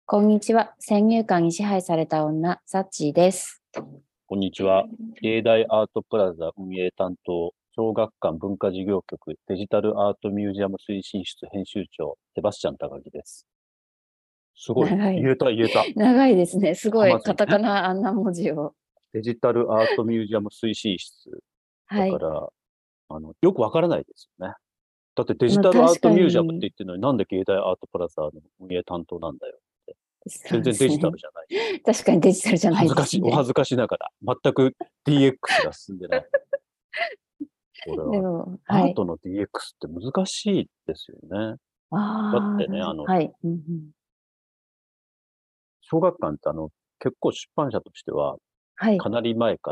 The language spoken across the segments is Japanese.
こんにちは。先入観に支配された女、サッチーです。 こんにちは。芸大アートプラザ運営担当、小学館文化事業局デジタルアートミュージアム推進室編集長、セバスチャン高木です。すごい。 長い。 言えた。 長いですね。すごい。 はまずい。 カタカナあんな文字を。 デジタルアートミュージアム推進室。だはい。 から、よくわからないですよね。だってデジまあタルアー確かトミュージアムってに、 言ってるのになんで芸大アートプラザの運営担当なんだよって。 そう全然デジタですね。 ルじゃない。 確かにデジタルじゃないですお恥ね。 ずかしながら。全く DX が進んでない。これは、 でも、はい。 アートの DX って難しいですよね。だっああ、 てね、 はい。うんうん、 小学館って結構出版社としては、 はい。 かなり前から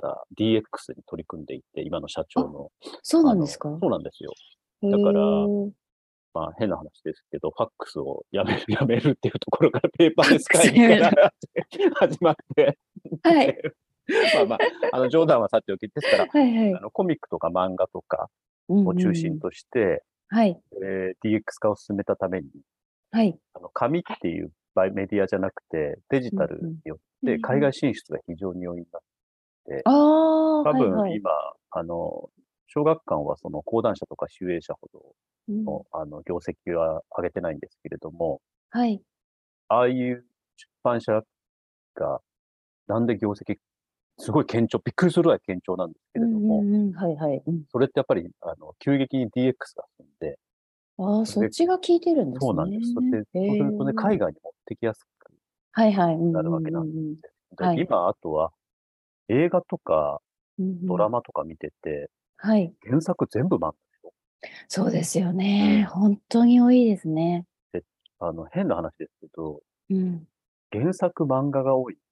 DX に取り組んでいて、今の社長あ、 の、 そうなんですか？ そうなんですよ。 へだから、 え。 まあ変な話ですけど、ファックスをやめる、やめるっていうところからペーパーレスくす会議からめる。 始まって、 はい。 でまあまあ、冗談はさておき、ですから、 はいはい。 コミックとか漫画とかうんを中心うんうん。 として、 はい。 DX 化を進めたために、 はい。 紙っていうメディアじゃなくて、デジタルうんうん。 によって海外進出が非常に容易になって、 ああ、 多はいはい。 分今、小学館はその講談社とか集英社ほうん。 どの、業績は上げてないんですけれども、 はい。 ああいう出版社がなんで業績すごい堅調、びっくりするぐらい堅調なんですけうんれども、 うんうん。はいはい。うん。 それってやっぱり、急激に DX が進んで、 ああ、 それで、 そっちが効いてるんですね。 そうなんです。 へそうするとね、海え。 外に持ってきやすくはいはい。うんなるわけなんでうんうんうん。 す。で、 はい。 今、あとは映画とかうんうドん。 ラマとか見てて、 はい。 原作全部漫画ですよ。 そうですよね。 うん。 本当に多いですね。 で、変な話ですけど、 うん。 原作漫画が多いって、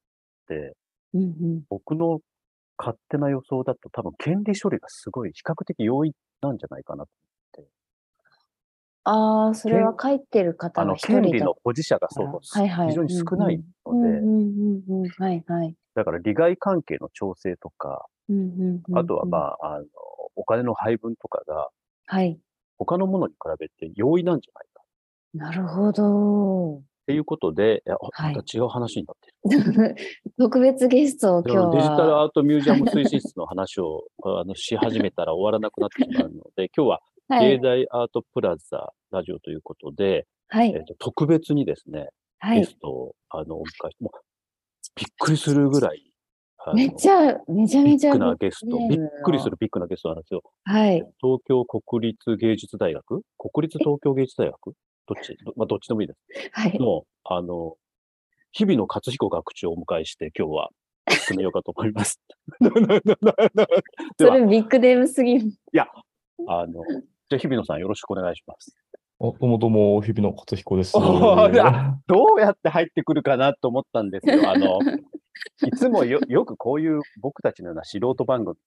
うんうん。 僕の勝手な予想だと多分権利処理がすごい比較的容易なんじゃないかなと思って。 ああ、それは書いてる方が一人だっ権利の保持者がたら。 そうそう、 はいはい。 非常にうんうん。 少ないので、 うんうんうんうん。はいはい。 だから利害関係の調整とか、 うんうんうあとはんうん。 お金の配分とかがはい。 他のものに比べて容易なんじゃないかっなるほど。 ていうことで、またはい。 違う話になってる。 特別ゲストをで今日デジタルは、 アートミュージアム推進室の話をし始めたら終わらなくなってしまうので、今日は芸はい。 大アートプラザラジオということで、 はい。 特別にですね、ゲはい。 ストをお迎えして、もうびっくりするぐらい、 めちゃビッグめちゃビッなゲスト、 グネーびっムの、 くりするビッグなゲストなんですよ。 はい。 東京国立芸術大学国立東京芸術大学まあ、どっちでもいいです。 はい。 の、日比野勝彦学長をお迎えして、今日は進めようかと思います。では、 それビッグネームすぎる。 いや、じゃあ日比野さんよろしくお願いします。 どうもどうも、日比野勝彦です。 どうやって入ってくるかなと思ったんですよ。いつもよくこういう僕たちのような素人番組って、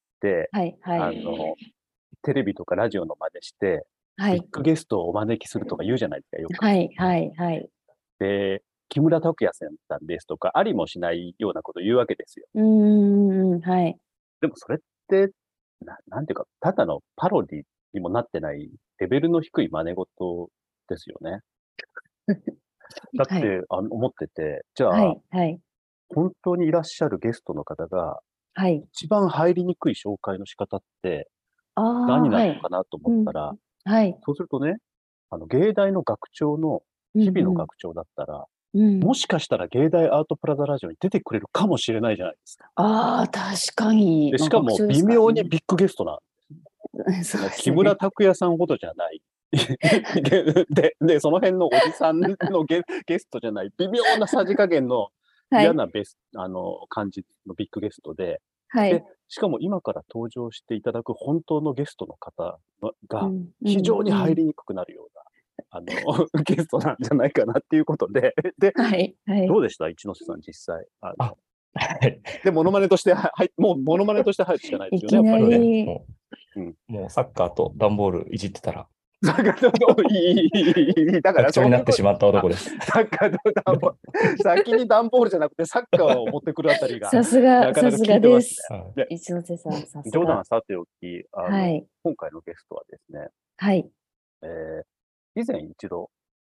はい、はあい。 の、テレビとかラジオの真似して、 はい。 ビッグゲストをお招きするとか言うじゃないですか、よく。 はい、はい、はい。 で、木村拓哉さんですとか、ありもしないようなことを言うわけですよ。 うーん、はい。 でもそれって、なんていうか、ただのパロディにもなってないレベルの低い真似事ですよね。だっはい、 て、思ってて、じゃあ、 はい、はい、 本当にいらっしゃるゲストの方が、 はい。 一番入りにくい紹介の仕方ってああ、 何なはい。 のかなと思うん、 ったら、 はい。 そうするとね、芸大の学長の、 うん、 日々のうん、 学長だったら、 うん。 もしかしたら芸大アートプラザラジオに出てくれるかもしれないじゃないですか。 ああ、確かに。 で、しまあ、 かも学長ですからね。 微妙にビッグゲストな、 そうで木村すね。 拓哉さんほどじゃない。その辺のおじさんのゲストじゃない、微妙なさじ加減のはい、 嫌な感じのビッグゲストで、で、 はい。 しかも今から登場していただく本当のゲストの方がうん、う非ん、 常に入うん。 りにくくなるような、ゲストなんじゃないかなっていうことで、で、 はい、はい。 どうでした一ノ瀬さん実際。 あ、はい。 で、モノマネとして、もうモノマネとして入るしかないですよね、 いきなやっぱりね。 そうですね。 り、 うん。 もうサッカーと段ボールいじってたら、 だから、だから学長にそういうこと、 なってしまったあ、 男です。 サッカーと段ボール、先に段ボールじゃなくてサッカーを持ってくるあたりが、 さすが、 なかなかさすが効いてますね。 です。 はい。 で、 一ノ瀬さん、さす冗談はが。 さておき、 はい、 今回のゲストはですね、 はい。 以前一度、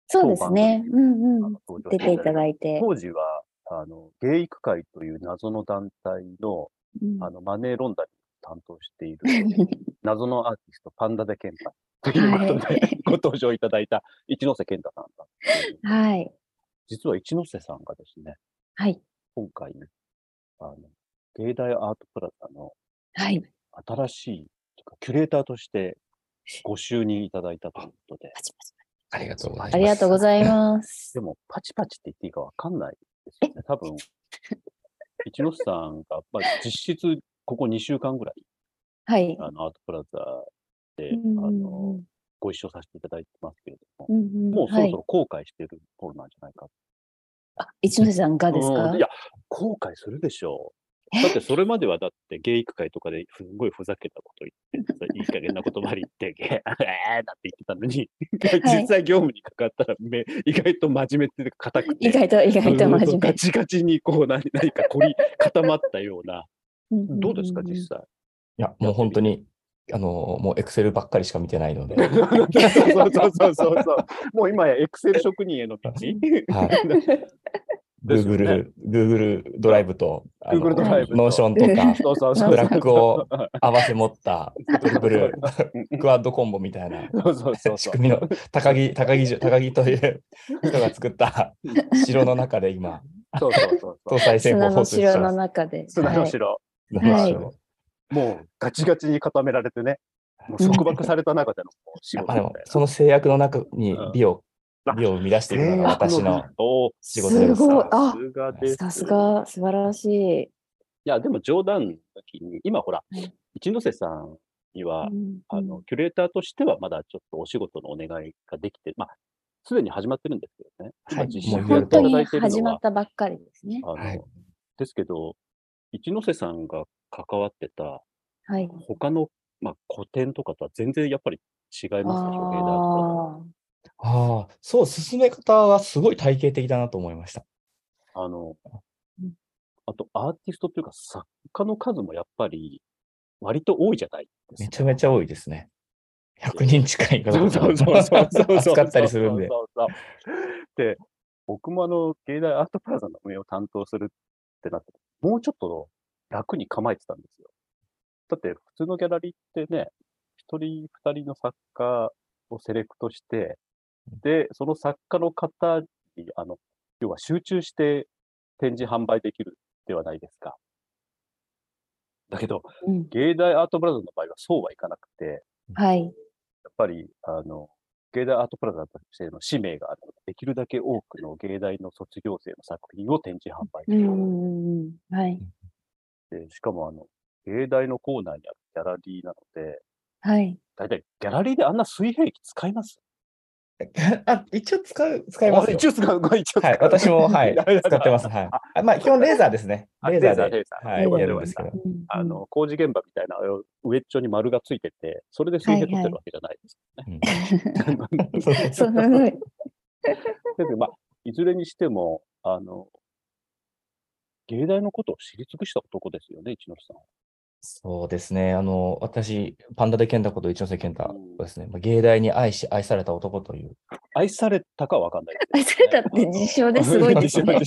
そうですね。うんうん。 登場出ていただいいて。 当時は、芸育会という謎の団体の、 うんマネーロンダリングを担当している謎のアーティスト、パンダで健太ということで、 はい。 ご登場いただいた一ノ瀬健太さんだっていう。 はい。 実は一ノ瀬さんがですね、 はい。 今回、あの、芸大アートプラザのはい。 新しい、キュレーターとしてご就任いただいたということで、 パチパチ。 ありがとうございます。 ありがとうございますで。も、パチパチって言っていいかわかんないですよね。多分、一ノ瀬さんが、実質、ここ2週間ぐらい、 はい。 アートプラザで、 うんうんうんご一緒させていただいてますけれども、 うんうんもうそろそろ後悔してる頃なんじゃないか。 あ、一ノ瀬さんがですかいや、後悔するでしょう。だってそれまではだって芸育会とかですごいふざけたこと言って、いい加減な言葉言って、なんて言ってたのに、実際業務にかかったら意外と真面目っていうか硬くて、 意外と真面目。 ガチガチにこう何か凝り固まったような。どうですか、実際。 いや、もう本当に、もうエクセルばっかりしか見てないので。 そう。もう今やエクセル職人への道。 はい。Google ドライブと、 Google ドライブとノーションとか、 そうブラックを合わせ持ったトリプルクワッドコンボみたいな仕組みの高木という人が作った城の中で今、搭載戦法を放出してます。 砂の城の中で。 砂の城。もうガチガチに固められてね、もう束縛された中での仕事みたいな。 その制約の中に美を生み出しているのが私の仕事です。 すごい。 さすが、素晴らしい。 いや、でも冗談の時に、今ほら、一ノ瀬さんには、キュレーターとしてはまだちょっとお仕事のお願いができて、すでに始まってるんですけどね。 はい、 実習本当に始まったばっかりですね。 ですけど、一ノ瀬さんが関わってた、他の、古典とかとは全然やっぱり違いますでしょ、芸大とか。 そう、進め方はすごい体系的だなと思いました。 あとアーティストというか作家の数もやっぱり割と多いじゃないですか。 めちゃめちゃ多いですね。100人近い方そう扱ったりするんで。 で、僕も芸大アートプラザの運営を担当するってなって、もうちょっと楽に構えてたんですよ。だって普通のギャラリーってね、一人二人の作家をセレクトして、で、その作家の方に、要は集中して展示販売できるではないですか。だけど、芸大アートプラザの場合はそうはいかなくて、やっぱり、芸大アートプラザとしての使命があるので、できるだけ多くの芸大の卒業生の作品を展示販売する。で、しかも芸大のコーナーにあるギャラリーなので、大体ギャラリーであんな水平器使います？ 一応使いますよ。 一応使う。 はい、私も、使ってます。はい。基本レーザーですね。レーザーで、やるんですけど。 工事現場みたいな上っちょに丸がついてて、それで水平取ってるわけじゃないですよね。 すごい。 いずれにしても、芸大のことを知り尽くした男ですよね、一ノ瀬さん。 そうですね。私、パンダで健太こと一ノ瀬健太ですね。芸大に愛された男という。 愛されたかは分かんないですけど。愛されたって自称ですごいですね。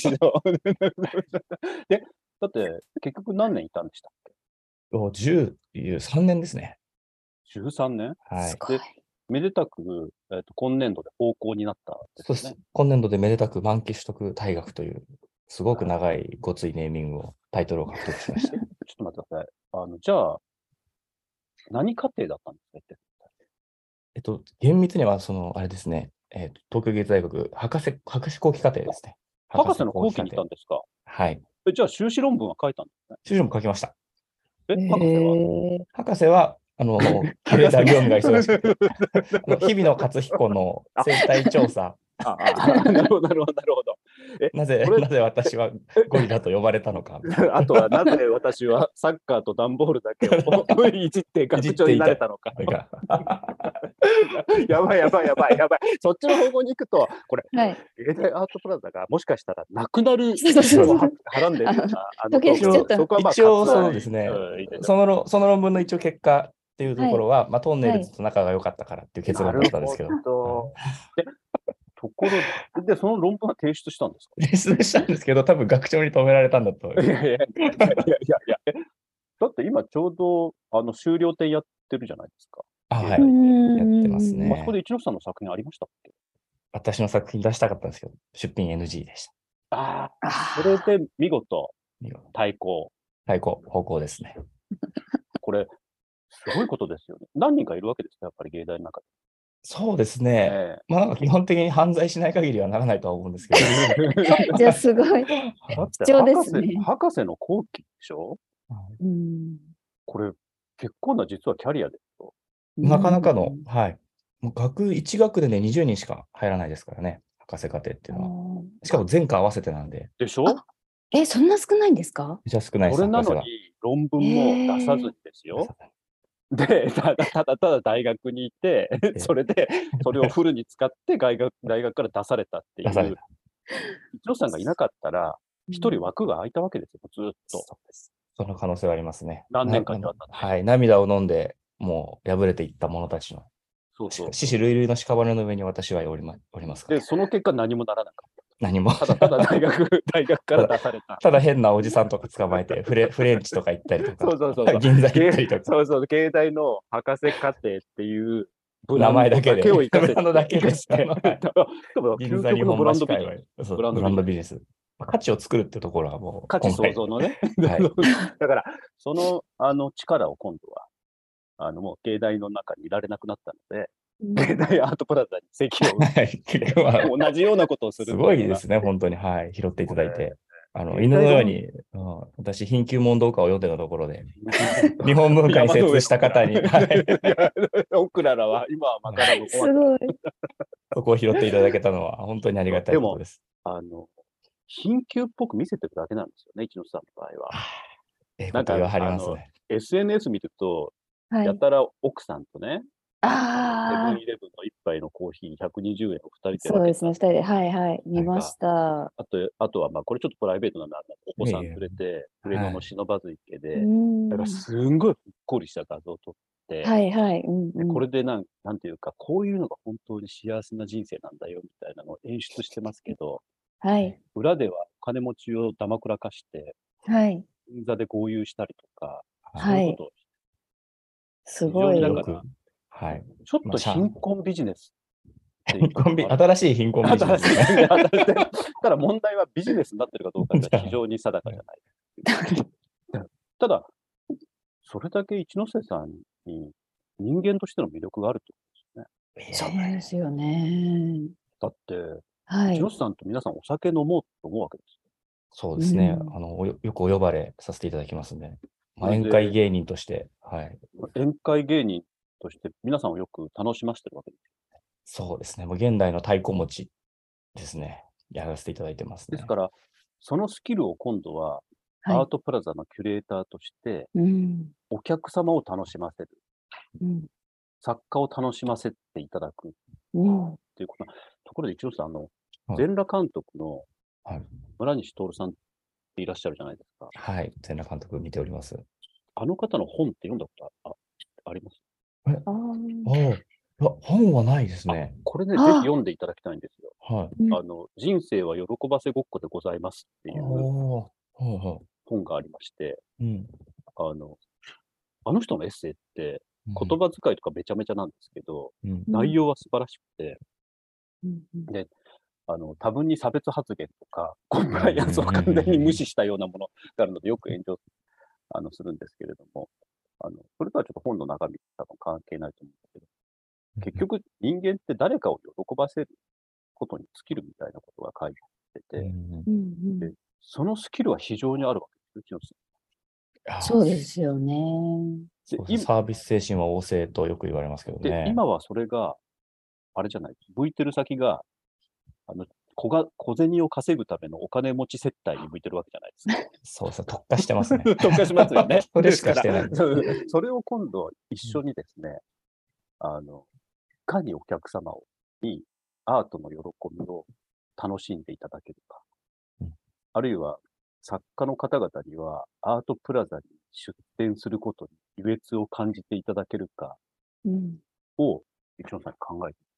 で、だって、結局何年いたんでしたっけ ？13年ですね。 13年？ はい。 で、めでたく、今年度で奉公になったんですね。 そうです。今年度でめでたく満期取得退学という、すごく長いごついネーミングタイトルを獲得しました。 ちょっと待ってください。じゃあ、何課程だったんですか？ 厳密には、あれですね、東京芸術大学、博士後期課程ですね。 博士の後期にいたんですか？ はい。 じゃあ、修士論文は書いたんですね。 修士論文書きました。 博士はキュレーター業務が忙しくて、日々の勝彦の生態調査。 なるほど。 なぜ私はゴリラと呼ばれたのか。 あとはなぜ私はサッカーと段ボールだけをいじって学長になれたのか。やばい。そっちの方向に行くと、これ、芸大アートプラザがもしかしたらなくなるはらんでるような。 一応そうですね。その論文の一応結果っていうところは、トンネルズと仲が良かったからっていう結論だったんですけど。 ところで、その論文は提出したんですか？ 提出したんですけど、多分学長に止められたんだと思います。 いやいやいやいや、だって今ちょうど修了展やってるじゃないですか。 はい。ややってますね。 あそこで一ノ瀬さんの作品ありましたっけ？ 私の作品出したかったんですけど、出品 NG でした。 ああ、それで見事、対抗。 方向ですね。 これ、すごいことですよね。何人かいるわけですか、やっぱり芸大の中で。 そうですね。なんか基本的に犯罪しない限りはならないとは思うんですけど。 じゃあすごい。貴重ですね。 博士の後期でしょ？これ、結構な実はキャリアですよ。 なかなかの、はい。もう1学年で20人しか入らないですからね、博士課程っていうのは。しかも全科合わせてなんで。 でしょ？ そんな少ないんですか？ じゃ少ないです。 それなのに論文も出さずにですよ。で、ただ大学にいて、それをフルに使って大学から出されたっていう。一ノ瀬さんがいなかったら、一人枠が空いたわけですよ、ずっと。 その可能性はありますね。 何年間かあったんで。 はい。涙を飲んで、もう破れていった者たちの。獅子類類の屍の上に私はおりますから。 で、その結果何もならなかった。 何も。 ただ大学から出された。 ただ変なおじさんとか捕まえて、フレンチとか行ったりとか。 そう銀座行ったりとか。 そう、芸大の博士課程っていう名前だけで。 を生かせて。 ブランドだけで。 銀座のブランドビジネス。 ブランドビジネス。価値を作るってところはもう。 価値創造のね。だから、その、力を今度は、もう芸大の中にいられなくなったので、芸大アートプラザに席を同じようなことをする。 すごいですね、本当に。はい。拾っていただいて。犬のように、私、貧窮問答家を読んでたところで、日本文化に精通した方に。 オクララは、今はマカラム。 すごい。 そこを拾っていただけたのは、本当にありがたいことです。 貧窮っぽく見せてるだけなんですよね、一ノ瀬さんの場合は。 なんか言わはりますね。 SNS 見ると、やたら奥さんとね、セブンイイレブンの一杯のコーヒー120円を2人で。 そうですね、2人で。はいはい。見ました。 あとは、これちょっとプライベートなんで、お子さん連れて、上野の忍ばず池で、だからすんごいほっこりした画像を撮って、 はいはい。 これでなんていうか、こういうのが本当に幸せな人生なんだよみたいなのを演出してますけど、裏ではお金持ちをだまくらかして、銀座で豪遊したりとか、そういうことをすごい。 だから、ちょっと貧困ビジネス。 新しい貧困ビジネス。 ただ問題はビジネスになってるかどうかって非常に定かじゃない。ただ、それだけ一ノ瀬さんに人間としての魅力があるってことですね。そうですよね。 だって、一ノ瀬さんと皆さんお酒飲もうと思うわけですよ。 そうですね。よくお呼ばれさせていただきますね。宴会芸人として。 宴会芸人として皆さんをよく楽しませてるわけですよ。 そうですね。もう現代の太鼓持ちですね。やらせていただいてますね。 ですから、そのスキルを今度は、アートプラザのキュレーターとして、お客様を楽しませる。作家を楽しませていただく。っていうこと。ところで一ノ瀬さん、全裸監督の村西徹さんっていらっしゃるじゃないですか。 はい。全裸監督見ております。 あの方の本って読んだことあります？ 本はないですね。 これね、ぜひ読んでいただきたいんですよ。人生は喜ばせごっこでございますっていう本がありまして、あの人のエッセイって、言葉遣いとかめちゃめちゃなんですけど、内容は素晴らしくて、で、多分に差別発言とか、コンプライアンスを完全に無視したようなものがあるので、よく炎上するんですけれども、それとはちょっと本の中身と多分関係ないと思うんですけど、結局人間って誰かを喜ばせることに尽きるみたいなことが書いてて、でそのスキルは非常にあるわけですよ。 そうですよね。 サービス精神は旺盛とよく言われますけどね。 今はそれが、あれじゃない、向いてる先が、小銭を稼ぐためのお金持ち接待に向いてるわけじゃないですか。 そうですね、特化してますね。 特化しますよね。 それしかしてない。 それを今度一緒にですね、いかにお客様にアートの喜びを楽しんでいただけるか。あるいは作家の方々にはアートプラザに出展することに優越を感じていただけるかを、一ノ瀬さんに考えていた。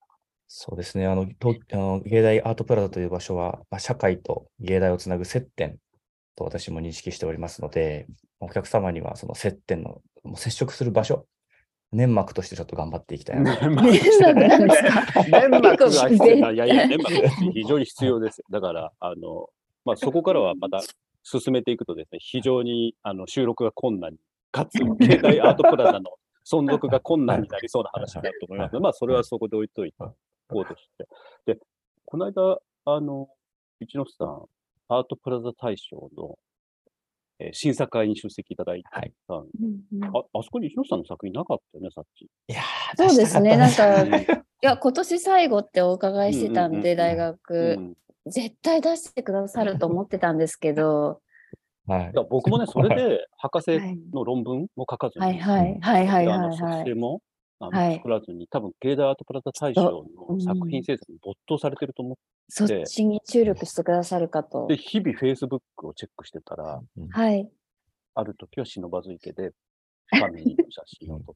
そうですね。芸大アートプラザという場所は、社会と芸大をつなぐ接点と私も認識しておりますので、お客様にはその接点のもう接触する場所、粘膜としてちょっと頑張っていきたいなと。 粘膜なんですか。 粘膜が必要。 結いやいや、粘膜非常に必要です。だから、そこからはまた進めていくとですね、非常に収録が困難に、かつ、芸大アートプラザの存続が困難になりそうな話になると思いますので、それはそこで置いといて、こうとして。で、この間、一ノ瀬さん、アートプラザ大賞の、審査会に出席いただいたんで、あそこに一ノ瀬さんの作品なかったよね、さっき。 いやそうですね、なんか、いうんや、今年最後ってお伺いしてたんで、大学、絶対出してくださると思ってたんですけど、 僕もね、それで博士の論文も書かずに、卒生も作らずに、多分、芸大アートプラザ大賞の作品制作に没頭されてると思って、 そっちに注力してくださるかと。 で、日々 Facebook をチェックしてたら、ある時は忍ばず池でファミリーの写真を撮って、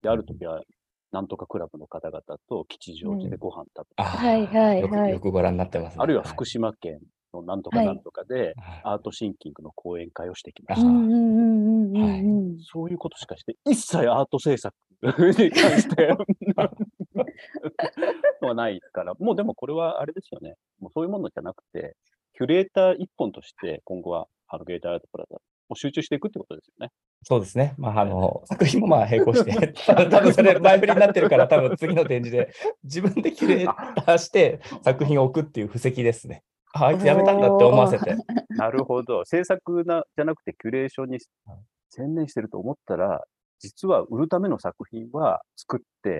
ある時はなんとかクラブの方々と吉祥寺でご飯食べて、 よくご覧になってますね。 あるいは福島県のなんとかなんとかでアートシンキングの講演会をしてきました。そういうことしかして、一切アート制作に関してはないから、もうでもこれはあれですよね。もうそういうものじゃなくて、キュレーター一本として今後は芸大アートプラザも集中していくってことですよね。 そうですね。作品も並行して、多分それ前振りになってるから、多分次の展示で自分でキュレーターして作品を置くっていう布石ですね。あいつやめたんだって思わせて。 なるほど。制作じゃなくてキュレーションに専念してると思ったら、実は売るための作品は作って、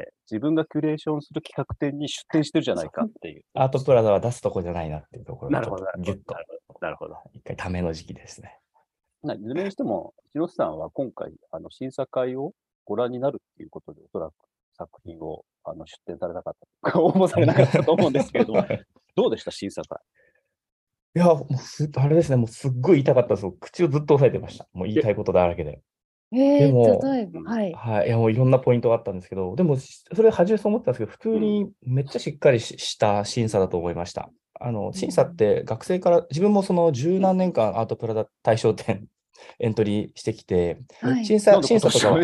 自分がキュレーションする企画展に出展してるじゃないかっていう。 アートプラザは出すとこじゃないなっていうところがちょっとギュッと。 なるほど。 一回ための時期ですね。 いずれにしても、広瀬さんは今回、審査会をご覧になるっていうことで、おそらく作品を出展されなかった、応募されなかったと思うんですけれども、どうでした、審査会。 いや、あれですね、もうすっごい言いたかったです。口をずっと押さえてました。もう言いたいことだらけで。 でも、 いやもういろんなポイントがあったんですけど、でも、それ初めそう思ったんですけど、普通にめっちゃしっかりした審査だと思いました。審査って学生から、自分もその十何年間アートプラザ大賞展エントリーしてきて、審査とかは、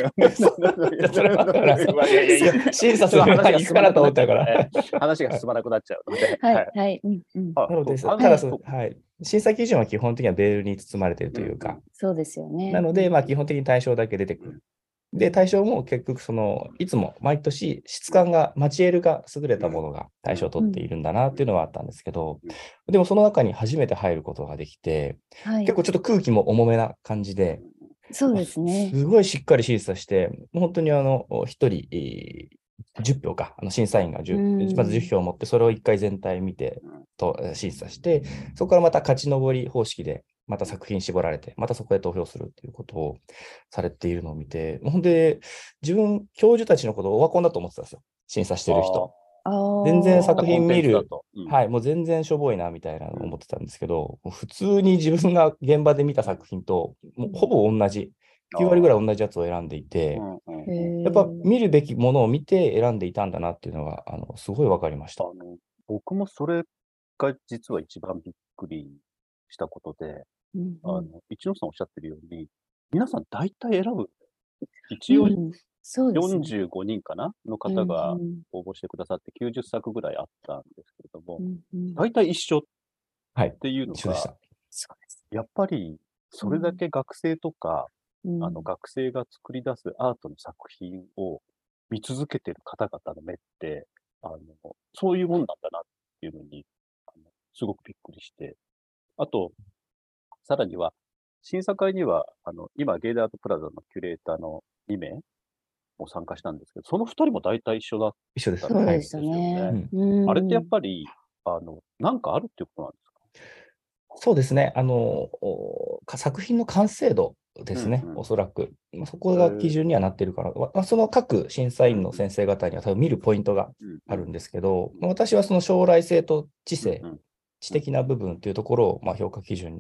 審査する前に行くかなと思ったから、 話が進まなくなっちゃうので。 なので、ただ審査基準は基本的にはベールに包まれているというか、 そうですよね。 なので、基本的に対象だけ出てくる。で、対象も結局、いつも毎年質感が、マチエールが優れたものが対象を取っているんだなっていうのはあったんですけど、でもその中に初めて入ることができて、結構ちょっと空気も重めな感じで、 そうですね。 すごいしっかり審査して、本当に一人、10票か、審査員がまず10票を持って、それを1回全体見て審査して、そこからまた勝ち上り方式で、また作品絞られて、またそこで投票するということをされているのを見て、ほんで、自分、教授たちのことをオワコンだと思ってたんですよ、審査してる人。全然作品見る、もう全然しょぼいなみたいなのを思ってたんですけど、普通に自分が現場で見た作品と、もうほぼ同じ、9割ぐらい同じやつを選んでいて、やっぱ見るべきものを見て選んでいたんだなっていうのが、すごい分かりました。 僕もそれが実は一番びっくりしたことで、一ノ瀬さんおっしゃってるように、皆さん大体選ぶ。一応、45人かなの方が応募してくださって90作ぐらいあったんですけれども、大体一緒っていうのが、やっぱりそれだけ学生とか、学生が作り出すアートの作品を見続けてる方々の目って、そういうもんなんだなっていうのに、すごくびっくりして、あと、さらには、審査会には、今、芸大アートプラザのキュレーターの2名も参加したんですけど、その2人も大体一緒だったんですよね。 そうでしたね。 あれってやっぱり、なんかあるっていうことなんですか？ そうですね。作品の完成度ですね、おそらく。そこが基準にはなっているから、その各審査員の先生方には多分見るポイントがあるんですけど、私はその将来性と知性、知的な部分というところを評価基準に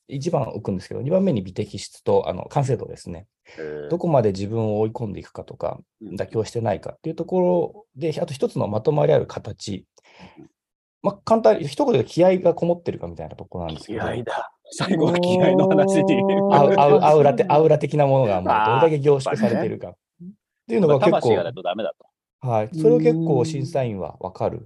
1番置くんですけど、2番目に美的質と完成度ですね。どこまで自分を追い込んでいくかとか、妥協してないかっていうところで、あと一つのまとまりある形。まあ、簡単に、一言で気合がこもってるかみたいなところなんですけど。 気合だ。最後は気合の話に。 アウラ的なものがもうどれだけ凝縮されているかっていうのが結構。 魂がないとダメだと。 はい。それを結構審査員は分かる。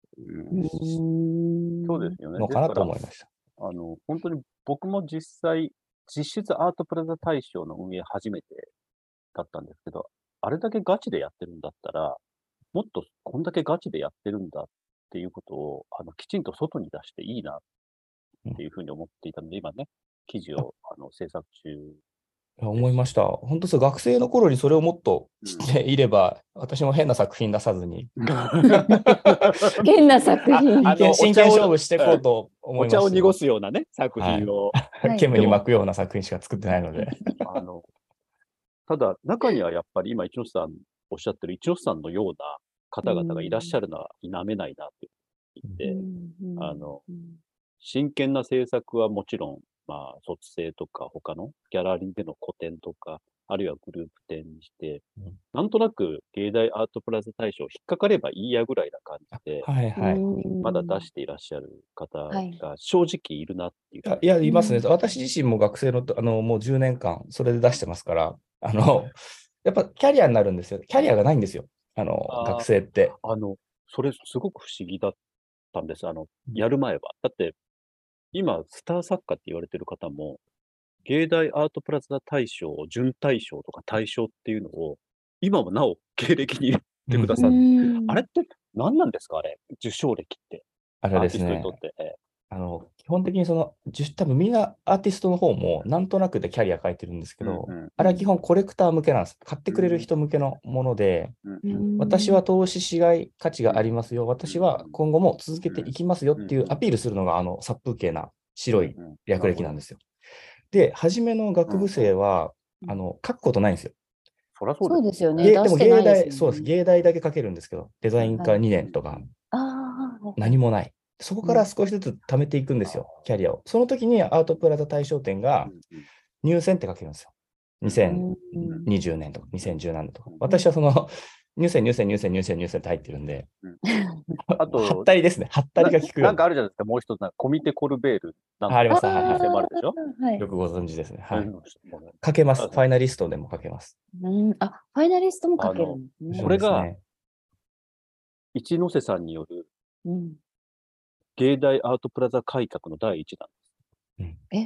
そうですよね。 のかなと思いました。 本当に僕も実際、実質アートプラザ大賞の運営初めてだったんですけど、あれだけガチでやってるんだったら、もっとこんだけガチでやってるんだっていうことを、きちんと外に出していいなっていうふうに思っていたので、今ね、記事を制作中。 思いました。本当そう、学生の頃にそれをもっと知っていれば、私も変な作品出さずに。 変な作品。 真剣勝負していこうと思いました。 お茶を濁すようなね、作品を。 煙に巻くような作品しか作ってないので。 ただ、中にはやっぱり今、一ノ瀬さんおっしゃってる一ノ瀬さんのような方々がいらっしゃるのは否めないなって言って、真剣な制作はもちろん、まあ、卒生とか他のギャラリーでの個展とか、あるいはグループ展にして、なんとなく芸大アートプラザ大賞引っかかればいいやぐらいな感じで、まだ出していらっしゃる方が正直いるなっていう。 いや、いますね。私自身も学生のもう10年間、それで出してますから、やっぱキャリアになるんですよ。キャリアがないんですよ。学生って。 それすごく不思議だったんです。やる前は。だって、今、スター作家って言われてる方も、芸大アートプラザ大賞、準大賞とか大賞っていうのを、今もなお経歴に入れてくださる。あれって何なんですかあれ、受賞歴って。 あれですね。 アーティストにとって。 基本的に多分みんなアーティストの方もなんとなくでキャリア書いてるんですけど、あれは基本コレクター向けなんです。買ってくれる人向けのもので、私は投資しがい価値がありますよ。私は今後も続けていきますよっていうアピールするのが殺風景な白い略歴なんですよ。で、初めの学部生は、書くことないんですよ。 そりゃそうですよね。 でも芸大、そうです。芸大だけ書けるんですけど、デザイン科2年とか、何もない。そこから少しずつ貯めていくんですよ、キャリアを。その時にアートプラザ大賞展が入選って書けるんですよ。2020年とか2017年とか。私は入選って入ってるんで。あと、はったりですね。はったりが効く。 なんかあるじゃないですか、もう一つ、コミテコルベール。 あります。 はい。もあるでしょ。 よくご存知ですね。はい。書けます。ファイナリストでも書けます。 ファイナリストも書ける。 これが、一ノ瀬さんによる、芸大アートプラザ改革の第一弾です。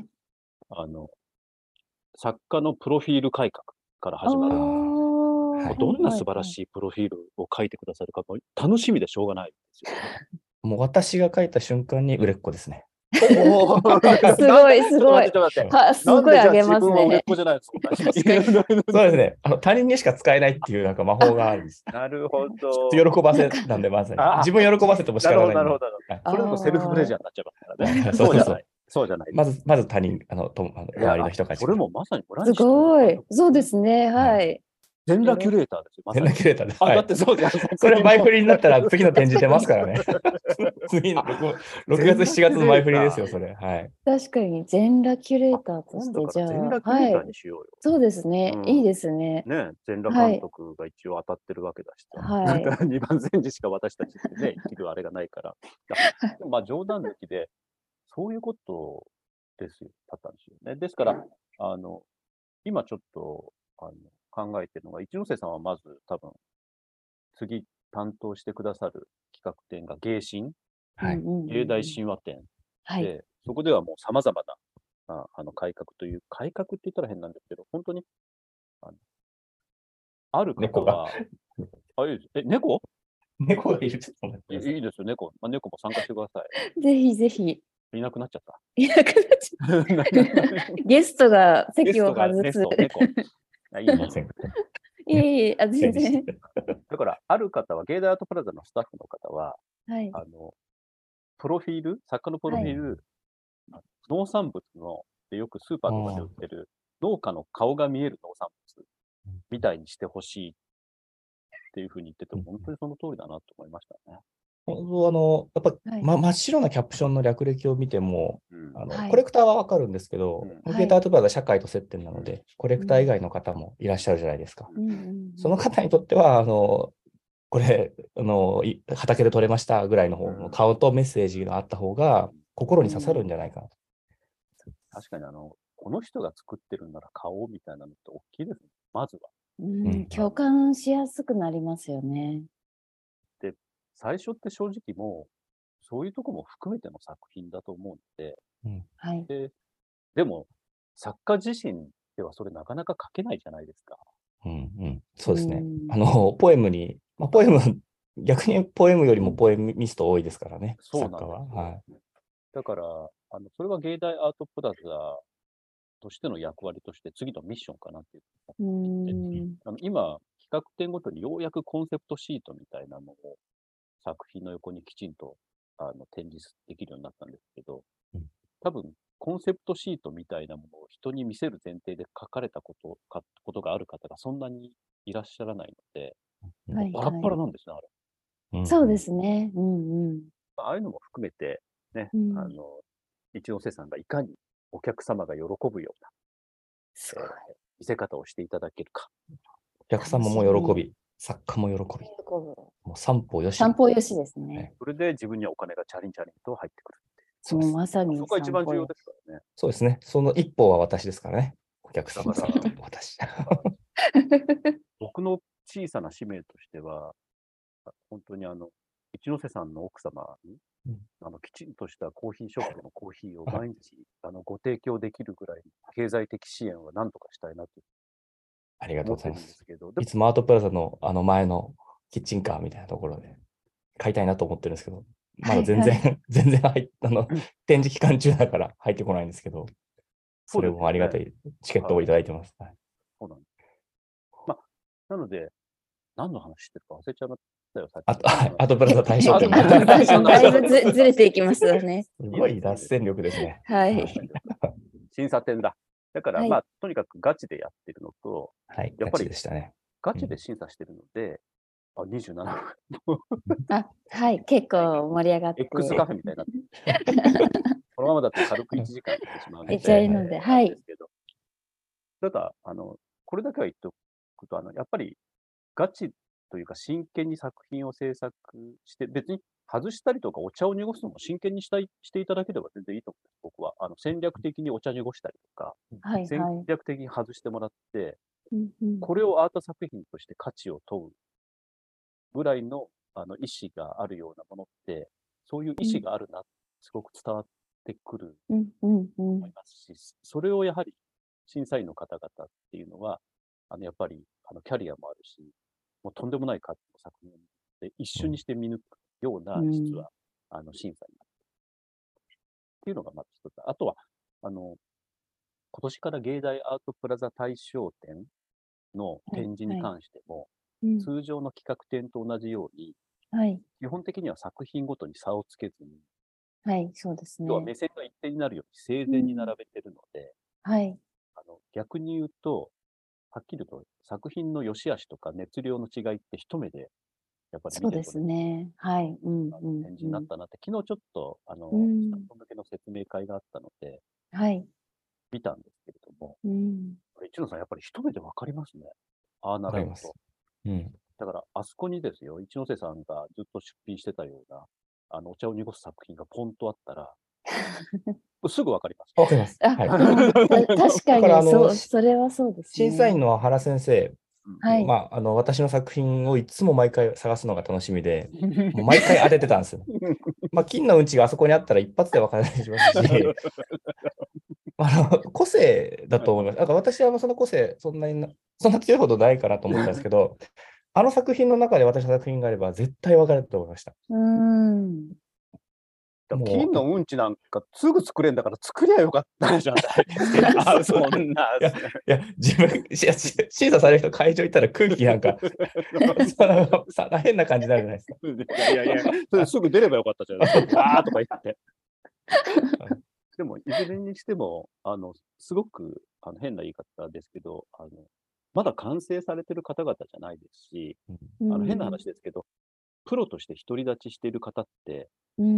作家のプロフィール改革から始まる。どんな素晴らしいプロフィールを書いてくださるか、楽しみでしょうがないですよ。 もう私が書いた瞬間に売れっ子ですね。 すごい、すごい。すごいあげますね。 そうですね。他人にしか使えないっていうなんか魔法があるんです。 なるほど。 喜ばせなんで、まさに。自分喜ばせても仕方ない。 なるほど。それだとセルフプレジャーになっちゃいますからね。そうじゃない。そうじゃない。 まず他人、周りの人たち。 それもまさにすごい。そうですね。はい。 全裸キュレーターですよ。 全裸キュレーターです。 だってそうじゃん。 それ前振りになったら次の展示出ますからね。次の6月、7月の前振りですよ、それ。はい。 確かに全裸キュレーターとして、じゃあ。 全裸キュレーターにしようよ。 そうですね。いいですね。 ね、全裸監督が一応当たってるわけだし。はい。2番前時しか私たちね、生きるあれがないから。まあ冗談抜きで、そういうことですよ、だったんですよね。ですから、今ちょっと、考えてるのが、一ノ瀬さんはまず多分、次担当してくださる企画展が芸神、芸大神話展で、そこではもう様々な改革という、改革って言ったら変なんですけど、本当に、ある方は、猫猫がいる。 いいですよ、猫。猫も参加してください。ぜひぜひ。 いなくなっちゃった。 いなくなっちゃった。ゲストが席を外す。 いいません。 全然。 だから、ある方は、芸大アートプラザのスタッフの方は、プロフィール、作家のプロフィール、農産物でよくスーパーとかで売ってる農家の顔が見える農産物みたいにしてほしいっていうふうに言ってて、本当にその通りだなと思いましたね。 やっぱ、真っ白なキャプションの略歴を見ても、コレクターはわかるんですけど、ゲーターとプラザ社会と接点なので、コレクター以外の方もいらっしゃるじゃないですか。その方にとっては、これ、畑で取れましたぐらいの方の顔とメッセージがあった方が、心に刺さるんじゃないかなと。 確かにこの人が作ってるんなら買おうみたいなのって大きいですね、まずは。 共感しやすくなりますよね。 で、最初って正直もう、そういうとこも含めての作品だと思うので、でも、作家自身ではそれなかなか書けないじゃないですか。 そうですね。ポエムに、逆にポエムよりもポエミスト多いですからね、 作家は。だから、それは芸大アートプラザとしての役割として次のミッションかなっていう今、企画展ごとにようやくコンセプトシートみたいなのを作品の横にきちんと展示できるようになったんですけど、多分コンセプトシートみたいなものを人に見せる前提で書かれたことがある方がそんなにいらっしゃらないので、バラッバラなんですね、あれ。 そうですね。 ああいうのも含めて、ね、一ノ瀬さんがいかにお客様が喜ぶような、見せ方をしていただけるか。 お客様も喜び、作家も喜び。もう三方よし。 三方よしですね。 それで自分にはお金がチャリンチャリンと入ってくるって。 そう、まさに。 そこが一番重要ですからね。 そうですね。その一方は私ですからね。お客様さんと私。 僕の小さな使命としては、本当に一ノ瀬さんの奥様に、きちんとしたコーヒーショップのコーヒーを毎日ご提供できるぐらい経済的支援は何とかしたいなとありがとうございます。 けど、 いつもアートプラザの前のキッチンカーみたいなところで買いたいなと思ってるんですけど、まだ全然展示期間中だから入ってこないんですけど、それもありがたいチケットをいただいてます。 そうなんです。なので、何の話してるか忘れちゃいましたよ、さっき。 アートプラザ対象店。 だいぶずれていきますよね。 すごい脱線力ですね。 はい。 審査点だ。だから、とにかくガチでやってるのと、 やっぱりガチで審査してるので、27分。 はい、結構盛り上がって。 X カフェみたいになって。このままだと軽く1時間いってしまうので。 いっちゃいので、はい。 ただ、これだけは言っておくと、やっぱりガチというか真剣に作品を制作して、別に外したりとかお茶を濁すのも真剣にしていただければ全然いいと思うんです、僕は。戦略的にお茶濁したりとか、戦略的に外してもらって、これをアート作品として価値を問うぐらいの意思があるようなものって、そういう意思があるな、すごく伝わってくると思いますし、それをやはり審査員の方々っていうのは、やっぱりキャリアもあるし、もうとんでもない価値の作品で一瞬にして見抜くような、実は審査になってっていうのがまず一つ。あとは、今年から芸大アートプラザ大賞展の展示に関しても、通常の企画展と同じように、基本的には作品ごとに差をつけずに、 そうですね。 要は目線が一定になるように整然に並べてるので、逆に言うと、はっきりと作品の良し悪しとか熱量の違いって一目でやっぱり見て取れる。 そうですね。はい。 展示になったなって、昨日ちょっとスタッフ向けの説明会があったので、見たんですけれども、一ノさん、やっぱり一目で分かりますね。ああなるほど。だから、あそこにですよ、一ノ瀬さんがずっと出品してたような、お茶を濁す作品がポンとあったら、すぐ分かります。 分かります。 確かに、それはそうですね。 審査員の原先生、私の作品をいつも毎回探すのが楽しみで、もう毎回当ててたんですよ。金のうんちがあそこにあったら一発で分からないしますし、個性だと思います。私はその個性、そんな強いほどないかなと思ったんですけど、あの作品の中で私の作品があれば絶対分かると思いました。 金のうんちなんかすぐ作れんだから作りゃよかったじゃないそんな。 いや、審査される人会場行ったら空気なんか変な感じになるじゃないですか。 いや、それすぐ出ればよかったじゃないですか。わーとか言って。でも、いずれにしても、すごく変な言い方ですけど、まだ完成されてる方々じゃないですし、変な話ですけど、 プロとして独り立ちしている方って、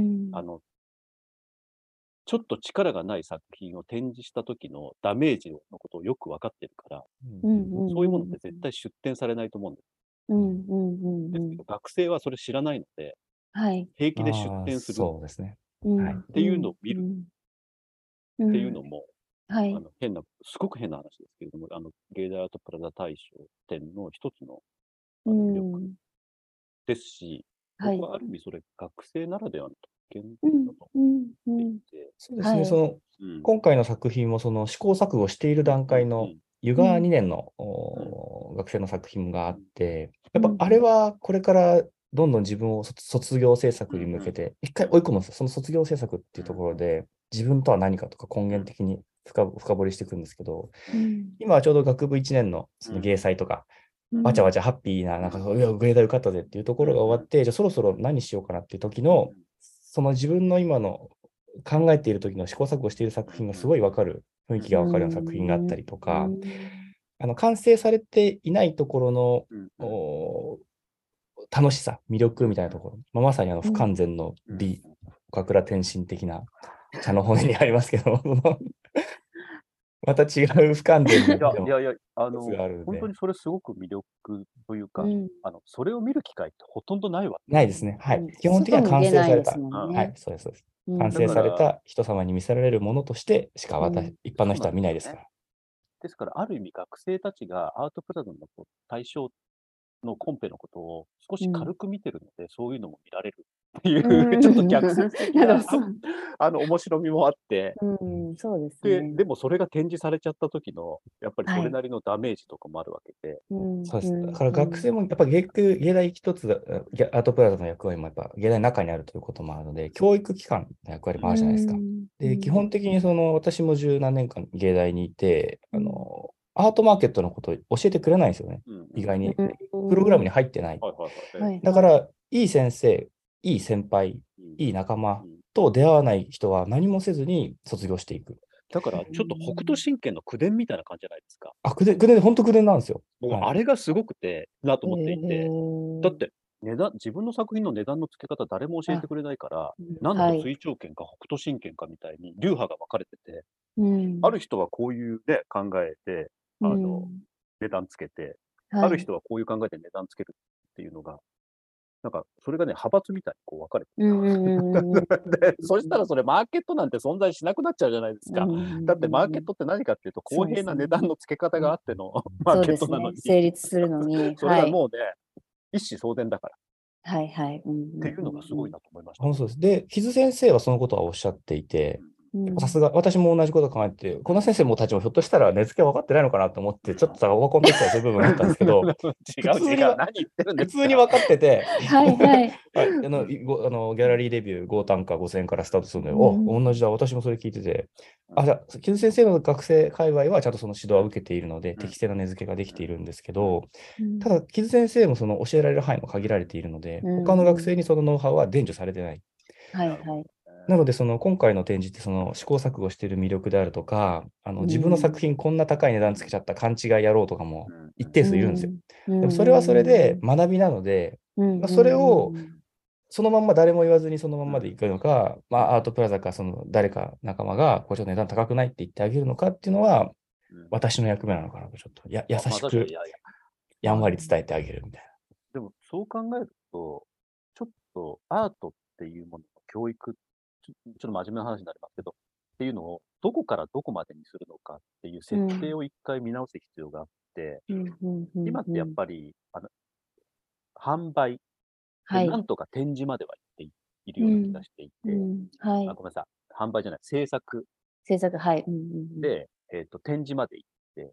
ちょっと力がない作品を展示した時のダメージのことをよく分かってるから、そういうものって絶対出展されないと思うんです。ですけど、学生はそれ知らないので、平気で出展するそうですね。 っていうのを見るっていうのも、すごく変な話ですけれども、芸大アートプラザ大賞展の一つの魅力ですし、僕はある意味それ学生ならではの特権だと思っていて。 そうですね、今回の作品もその試行錯誤している段階の湯川2年の学生の作品があって、やっぱあれはこれからどんどん自分を卒業制作に向けて一回追い込むんですよ。その卒業制作っていうところで自分とは何かとか根源的に深掘りしていくんですけど、今はちょうど学部1年のその芸祭とか、わちゃわちゃハッピーな、なんか、いや、芸大受かったぜっていうところが終わって、じゃあそろそろ何しようかなっていう時の、その自分の今の考えている時の試行錯誤している作品がすごいわかる、雰囲気がわかるような作品があったりとか、完成されていないところの、楽しさ、魅力みたいなところ、まさに不完全の美、岡倉天心的な茶の骨にありますけど、また違う不完全な本当にそれすごく魅力というか、それを見る機会ってほとんどないわけないですね。はい。基本的には完成された。はい、そうです、そうです。完成された人様に見せられるものとしてしか一般の人は見ないですから。 ですから、ある意味学生たちがアートプラザの対象のコンペのことを少し軽く見てるので、そういうのも見られるっていう、ちょっと逆説的な面白みもあって、 そうですね。 でもそれが展示されちゃった時の、やっぱりそれなりのダメージとかもあるわけで。 そうです。だから学生もやっぱ芸大一つ、アートプラザの役割もやっぱ芸大の中にあるということもあるので、教育機関の役割もあるじゃないですか。で、基本的に私も十何年間芸大にいて、アートマーケットのことを教えてくれないんですよね。意外に。プログラムに入ってない。だから、いい先生、いい先輩、いい仲間と出会わない人は何もせずに卒業していく。 だから、ちょっと北斗神拳の口伝みたいな感じじゃないですか。 口伝、本当口伝なんですよ。 僕、あれがすごくて、なと思っていて。だって、自分の作品の値段の付け方誰も教えてくれないから、なんと追徴券か北斗神拳かみたいに流派が分かれてて、ある人はこういうね、考えで、値段つけて、ある人はこういう考えで値段つけるっていうのが、なんか、それがね、派閥みたいにこう分かれてで、そしたらそれマーケットなんて存在しなくなっちゃうじゃないですか。だってマーケットって何かっていうと、公平な値段の付け方があってのマーケットなのに。 成立するのに。 それがもうね、一子相伝だから。 はいはい。 っていうのがすごいなと思いました。 そうです。で、木津先生はそのことはおっしゃっていて、さすが、私も同じことを考えて、この先生もたちもひょっとしたら値付け分かってないのかなと思って、ちょっとオワコンできたりする部分があったんですけど、普通に分かってて、ギャラリーレビュー5単価5000円からスタートするので、同じだ、私もそれ聞いてて、じゃあ、木津先生の学生界隈はちゃんとその指導は受けているので、適正な値付けができているんですけど、ただ、木津先生もその教えられる範囲も限られているので、他の学生にそのノウハウは伝授されてない。なので、今回の展示って試行錯誤している魅力であるとか、自分の作品こんな高い値段つけちゃった勘違いやろうとかも一定数いるんですよ。でもそれはそれで学びなので、それをそのまんま誰も言わずにそのまんまでいくのか、アートプラザか誰か仲間がこれちょっと値段高くないって言ってあげるのかっていうのは、私の役目なのかなと、ちょっと優しくやんわり伝えてあげるみたいな。 でもそう考えると、ちょっとアートっていうものの教育、ちょっと真面目な話になりますけど、っていうのをどこからどこまでにするのかっていう設定を一回見直す必要があって、今ってやっぱり販売、なんとか展示までは行っているような気がしていて、ごめんなさい、販売じゃない、制作。で、展示まで行って、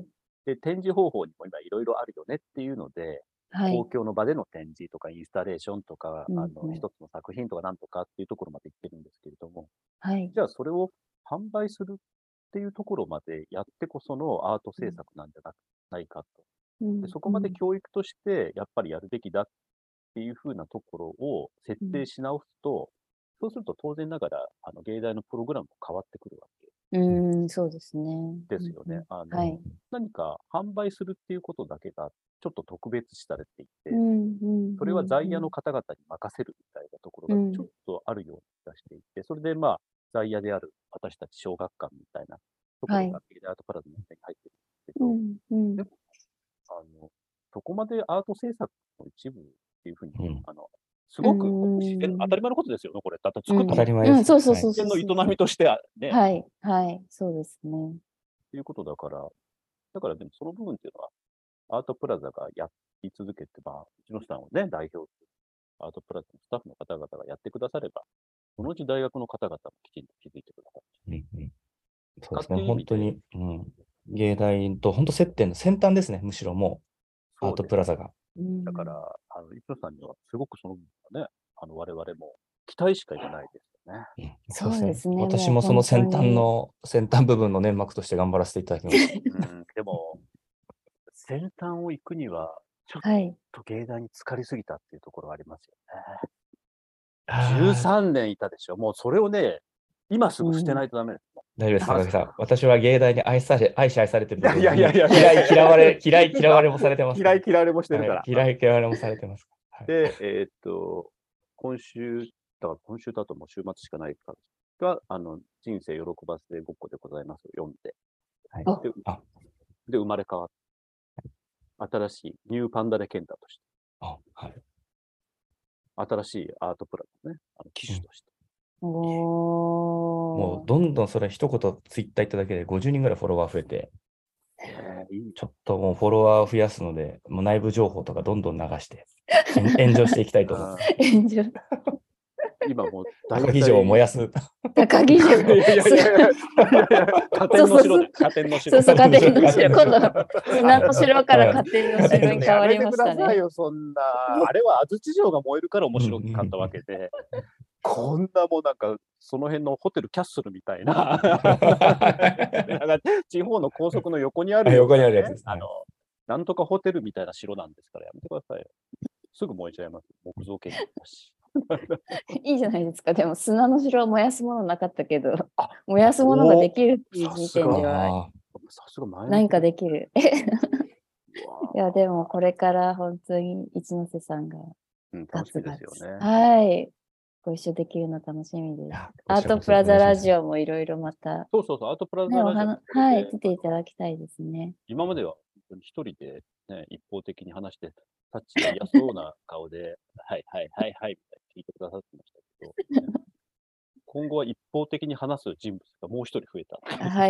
で、展示方法にも今いろいろあるよねっていうので、公共の場での展示とかインスタレーションとか、一つの作品とかなんとかっていうところまで行ってるんですけれども、じゃあそれを販売するっていうところまでやってこそのアート制作なんじゃないかと。でそこまで教育としてやっぱりやるべきだっていうふうなところを設定し直すと、そうすると当然ながら芸大のプログラムも変わってくるわけそうですね。 ですよね。 はい。 何か販売するっていうことだけがちょっと特別視されていて、それは在野の方々に任せるみたいなところがちょっとあるような気がしていて、それで在野である私たち小学館みたいなところが芸大アートプラザの中に入ってるんですけど、でも、そこまでアート制作の一部っていうふうに、すごく自然、当たり前のことですよね、これ。だって作って当たり前です。 そうそうそう。 自然の営みとしてはね。 はい、はい、そうですね。 っていうことだから、でもその部分っていうのは、アートプラザがやり続けて、一ノ瀬さんをね、代表するアートプラザのスタッフの方々がやってくだされば、そのうち大学の方々もきちんと気づいてくださる。 そうですね、本当に、芸大と本当接点の先端ですね、むしろもう、アートプラザが。 だから、一ノ瀬さんにはすごくその部分がね、我々も期待しか言えないですよね。 そうですね。 私もその先端部分の粘膜として頑張らせていただきます。 でも、先端を行くには、ちょっと芸大に浸かりすぎたっていうところがありますよね。13年いたでしょ。もうそれをね、今すぐ捨てないとダメです。 大丈夫です、高木さん。私は芸大に愛し愛されてると。 いや嫌われもされてます。 嫌われもしてるから。 嫌われもされてます。 で、今週だともう週末しかないからが、人生喜ばせごっこでございますを読んで、で、生まれ変わって、新しいニューパンダレケンタとして、新しいアートプラザのね、機種として。 もうどんどんそれ一言ツイッター行っただけで50人ぐらいフォロワー増えて、ちょっともうフォロワーを増やすので、もう内部情報とかどんどん流して、炎上していきたいと思って。 炎上。 今もう高木城を燃やす。 高木城。 加点の城で。加点の城。 そう、加点の城。今度、砂の城から加点の城に変わりましたね。 やめてくださいよ、そんな。あれは安土城が燃えるから面白かったわけで。こんなもうなんか、その辺のホテルキャッスルみたいな。地方の高速の横にあるやつ。 なんとかホテルみたいな城なんですから、やめてくださいよ。すぐ燃えちゃいます。木造建築だし。 いいじゃないですか。でも砂の城は燃やすものなかったけど、燃やすものができるっていう時点では、何かできる。いや、でもこれから本当に一ノ瀬さんが楽しみですよね。 はい。ご一緒できるの楽しみです。アートプラザラジオもいろいろまた。 そう、アートプラザラジオ。 はい、出ていただきたいですね。 今までは一人でね、一方的に話して、タッチが嫌そうな顔で、はい、みたいな聞いてくださってましたけど、今後は一方的に話す人物がもう一人増えた。 はい。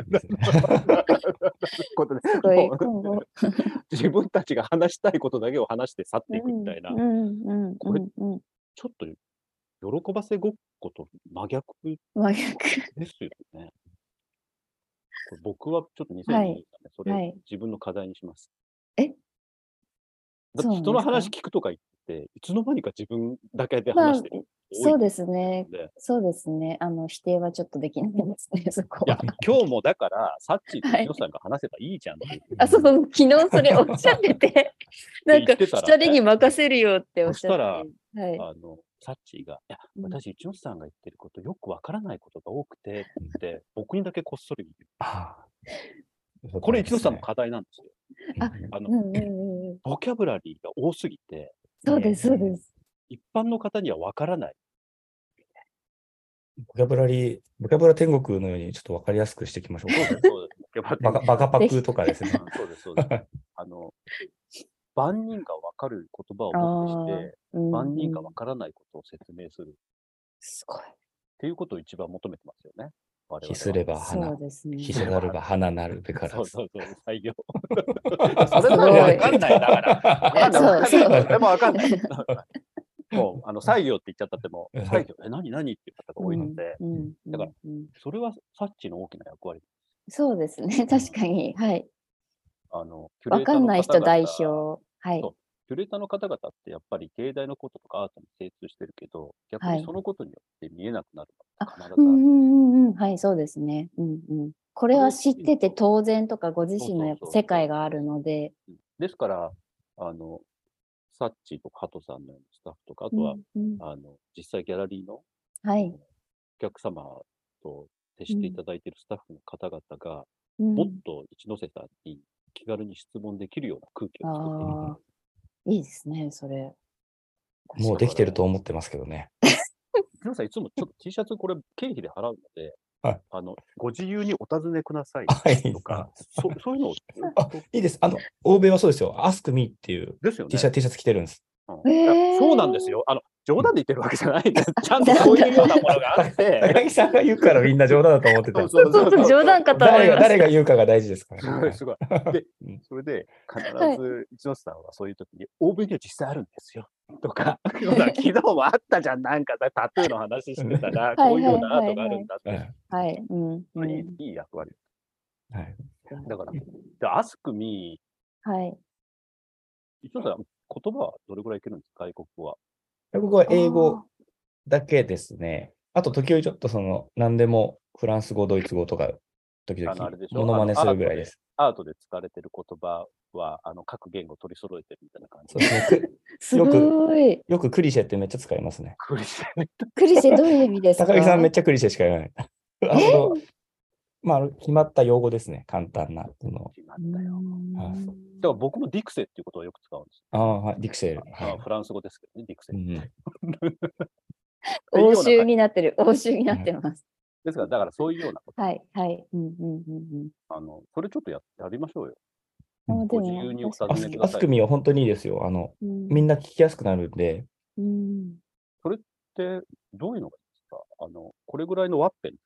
自分たちが話したいことだけを話して去っていくみたいな。これ、ちょっと喜ばせごっこと真逆ですよね。僕はちょっと2023年、それ自分の課題にします。だって人の話聞くとか言って、いつの間にか自分だけで話してる。 そうですね。そうですね。否定はちょっとできないですね、そこは。 いや、今日もだから、サッチーとヒロさんが話せばいいじゃんって。 そう、昨日それおっしゃってて、なんか、二人に任せるよっておっしゃって。 そしたら、サッチーが、いや、私、一ノ瀬さんが言ってることよくわからないことが多くて、って僕にだけこっそり言う。これ、一ノ瀬さんの課題なんですよ。ボキャブラリーが多すぎて、 そうです。 一般の方にはわからない。 ボキャブラ天国のようにちょっとわかりやすくしていきましょうか。 そうです。 バカパクとかですね。 そうです。万人がわかる言葉をもってして、万人がわからないことを説明する。 すごい。 っていうことを一番求めてますよね。 ひすれば花、ひせざるば花なるべから。 そう、採用。それまでわかんないだから。でもわかんない。もう、採用って言っちゃったっても、採用、何っていう方が多いので、だから、それはサッチの大きな役割。 そうですね、確かに。はい。わかんない人代表。はい。 キュレーターの方々ってやっぱり芸大のこととかアートに精通してるけど、逆にそのことによって見えなくなるはい、そうですね。これは知ってて当然とか、ご自身の世界があるので。 ですから、サッチーとかハトさんのようなスタッフとか、あとは、実際ギャラリーのお客様と徹していただいているスタッフの方々が、もっと一ノ瀬さんに気軽に質問できるような空気を作っていく。 いいですね、それ。 もうできてると思ってますけどね。 一ノ瀬さん、いつもちょっと T シャツこれ経費で払うので、ご自由にお尋ねくださいとか、そういうのを。 いいです。欧米はそうですよ。Ask Me っていう T シャツ着てるんです。 そうなんですよ。冗談で言ってるわけじゃない。ちゃんとそういうようなものがあって。 高木さんが言うからみんな冗談だと思ってた。 そう冗談かと思いました。 誰が言うかが大事ですからね。 すごい。で、それで必ず一ノ瀬さんはそういう時に、欧米には実際あるんですよ。とか、昨日もあったじゃん、なんかタトゥーの話してたら、こういうようなアートがあるんだって。 はい。 いい役割。 はい。 だから、Ask Me。 はい。 一ノ瀬さん、言葉はどれぐらいいけるんですか、外国語は。 外国語は英語だけですね。あと、時折ちょっと何でもフランス語、ドイツ語とか、時々モノマネするぐらいです。 アートで使われてる言葉は、各言語取り揃えてるみたいな感じ。 そうですね。 すごい。 よくクリシェってめっちゃ使いますね。 クリシェどういう意味ですか？ 高木さんめっちゃクリシェしか言わない。決まった用語ですね、簡単な。 決まったよ。だから僕もディクセっていうことをよく使うんです。 ディクセ。 フランス語ですけどね、ディクセ。 欧州になってる。欧州になってます。 ですから、だからそういうようなこと。 はい。 それちょっとやりましょうよ。 ご自由にお尋ねください。 Ask Meは本当にいいですよ。みんな聞きやすくなるんで。 それってどういうのがいいですか？これぐらいのワッペンって、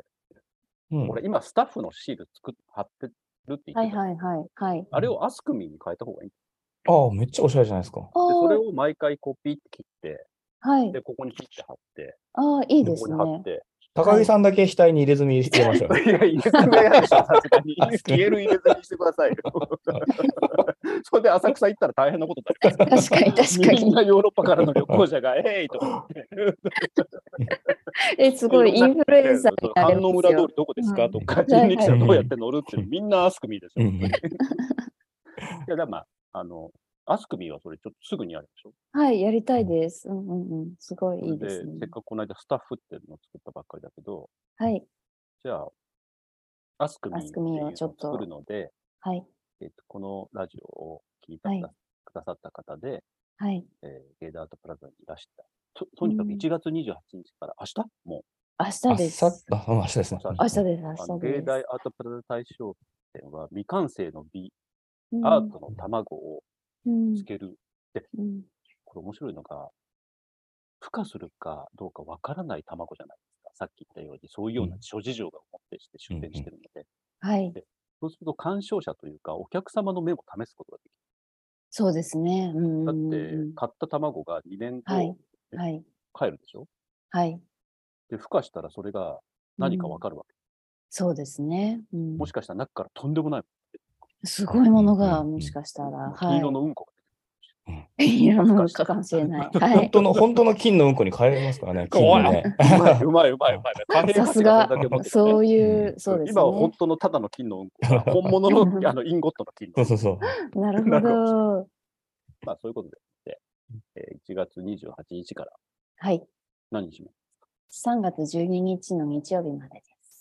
俺今スタッフのシール貼ってるって言ってた。 はい。 あれをAsk Meに変えた方がいい。 めっちゃおしゃれじゃないですか。で、 それを毎回こうピッて切って、で、ここにピッて貼って、 いいですね。 ここに貼って。 高木さんだけ額に入れ墨入れましょう。 いや、入れ墨は嫌でしょ、さすがに。消える入れ墨にしてくださいよ。それで浅草行ったら大変なことになります。 確かに。 みんなヨーロッパからの旅行者が、とか言って。 すごいインフルエンサーになれますよ。 観音村通りどこですかとか、人力車どうやって乗るってみんなAsk Meですよ。いや、だからAsk Meはそれちょっとすぐにやるでしょ。 はい、やりたいです。すごいいいですね。 せっかくこの間スタッフっていうのを作ったばっかりだけど、 はい。 じゃあ、Ask Me っていうのを作るので、 はい。 このラジオを聞いてくださった方で、ゲイダートプラザにいらした。とにかく1月28日から明日もう。 明日です。 明日ですね。 明日です。 ゲイダートプラザ大賞展は未完成の美、アートの卵をつける。で、これ面白いのが、孵化するかどうかわからない卵じゃないですか。さっき言ったように、そういうような諸事情が持ってして出展してるので。で、そうすると鑑賞者というか、お客様の目も試すことができる。 そうですね。 だって、買った卵が2年後、帰るでしょ？ はい。 で、孵化したらそれが何かわかるわけ。 そうですね。 もしかしたら中からとんでもない。 すごいものが、もしかしたら。 金色のうんこが金色のうんこかもしれない。 本当の金のうんこに変えれますからね。 うまい。 さすが、そういう、そうですね。 今は本当のただの金のうんこ。本物のインゴットの金。 そう。 なるほど。 そういうことで、1月28日から。 はい。 何日目 ？3月12日の日曜日までです。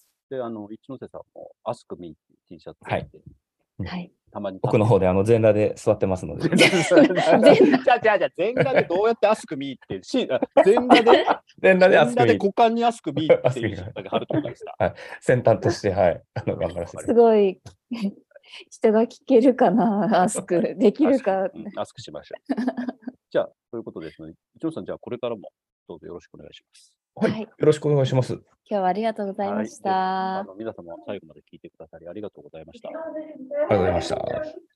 で、一ノ瀬さんも Ask Me っていう T シャツを着て、 はい。 たまに奥の方で全裸で座ってますので。 全裸でどうやって Ask Me って全裸で股間に Ask Me っていう人だけ貼るとかですか？ はい。先端として、頑張らせて。 すごい。人が聞けるかな、アスクできるか。 アスクしましょう。じゃあ、ということですので、一ノ瀬さん、じゃあこれからもどうぞよろしくお願いします。 はい。よろしくお願いします。今日はありがとうございました。 皆様最後まで聞いてくださりありがとうございました。 ありがとうございました。